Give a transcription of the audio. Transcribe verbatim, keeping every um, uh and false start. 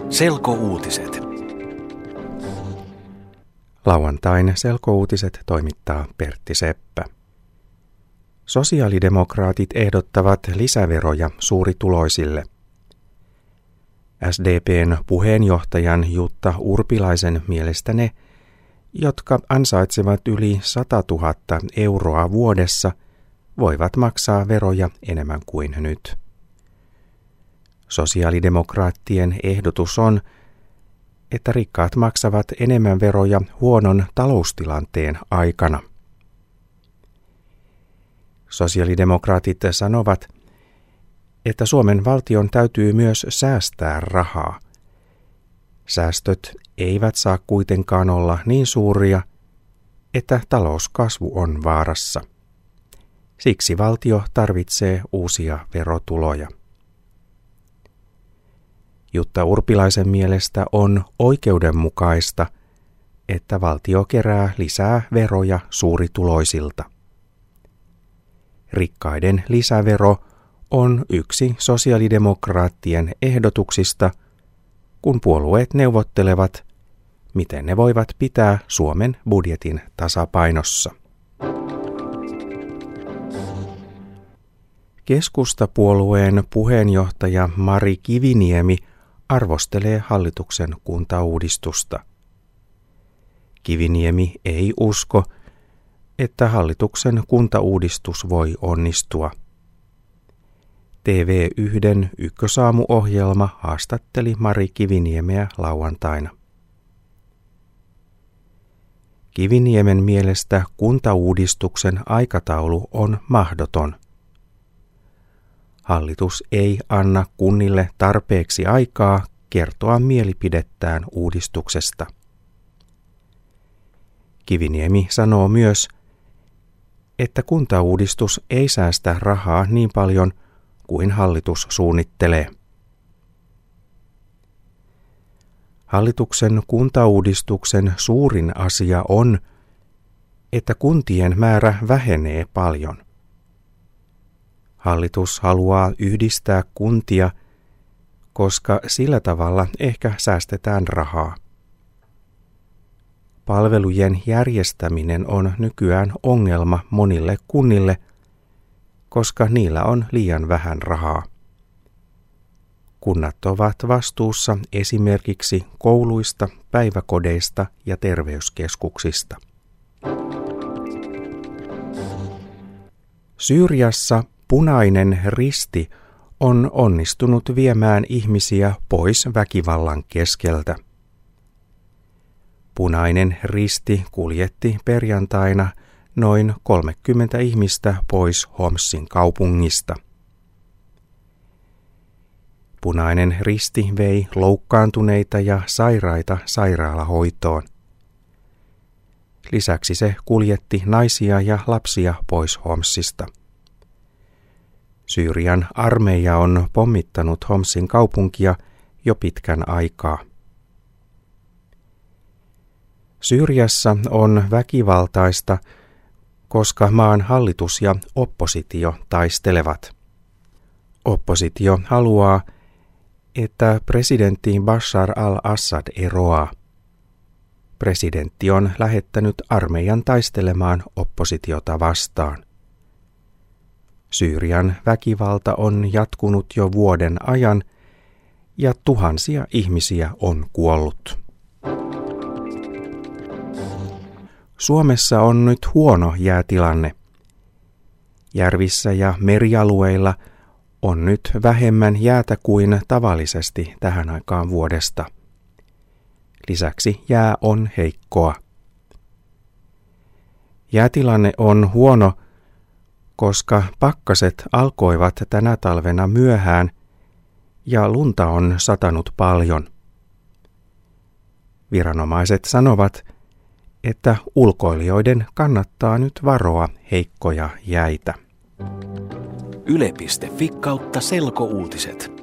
Selkouutiset. Lauantain selkouutiset toimittaa Pertti Seppä. Sosiaalidemokraatit ehdottavat lisäveroja suurituloisille. S D P:n puheenjohtajan Jutta Urpilaisen mielestä ne, jotka ansaitsevat yli sata tuhatta euroa vuodessa, voivat maksaa veroja enemmän kuin nyt. Sosiaalidemokraattien ehdotus on, että rikkaat maksavat enemmän veroja huonon taloustilanteen aikana. Sosiaalidemokraatit sanovat, että Suomen valtion täytyy myös säästää rahaa. Säästöt eivät saa kuitenkaan olla niin suuria, että talouskasvu on vaarassa. Siksi valtio tarvitsee uusia verotuloja. Jutta Urpilaisen mielestä on oikeudenmukaista, että valtio kerää lisää veroja suurituloisilta. Rikkaiden lisävero on yksi sosiaalidemokraattien ehdotuksista, kun puolueet neuvottelevat, miten ne voivat pitää Suomen budjetin tasapainossa. Keskustapuolueen puheenjohtaja Mari Kiviniemi arvostelee hallituksen kuntauudistusta. Kiviniemi ei usko, että hallituksen kuntauudistus voi onnistua. T V yhden Ykkösaamu-ohjelma haastatteli Mari Kiviniemeä lauantaina. Kiviniemen mielestä kuntauudistuksen aikataulu on mahdoton. Hallitus ei anna kunnille tarpeeksi aikaa kertoa mielipidettään uudistuksesta. Kiviniemi sanoo myös, että kuntauudistus ei säästä rahaa niin paljon kuin hallitus suunnittelee. Hallituksen kuntauudistuksen suurin asia on, että kuntien määrä vähenee paljon. Hallitus haluaa yhdistää kuntia, koska sillä tavalla ehkä säästetään rahaa. Palvelujen järjestäminen on nykyään ongelma monille kunnille, koska niillä on liian vähän rahaa. Kunnat ovat vastuussa esimerkiksi kouluista, päiväkodeista ja terveyskeskuksista. Syyriassa Punainen Risti on onnistunut viemään ihmisiä pois väkivallan keskeltä. Punainen Risti kuljetti perjantaina noin kolmekymmentä ihmistä pois Homsin kaupungista. Punainen Risti vei loukkaantuneita ja sairaita sairaalahoitoon. Lisäksi se kuljetti naisia ja lapsia pois Homsista. Syyrian armeija on pommittanut Homsin kaupunkia jo pitkän aikaa. Syyriassa on väkivaltaista, koska maan hallitus ja oppositio taistelevat. Oppositio haluaa, että presidentti Bashar al-Assad eroaa. Presidentti on lähettänyt armeijan taistelemaan oppositiota vastaan. Syyrian väkivalta on jatkunut jo vuoden ajan ja tuhansia ihmisiä on kuollut. Suomessa on nyt huono jäätilanne. Järvissä ja merialueilla on nyt vähemmän jäätä kuin tavallisesti tähän aikaan vuodesta. Lisäksi jää on heikkoa. Jäätilanne on huono, koska pakkaset alkoivat tänä talvena myöhään ja lunta on satanut paljon. Viranomaiset sanovat, että ulkoilijoiden kannattaa nyt varoa heikkoja jäitä. Yle piste fi kautta selkouutiset.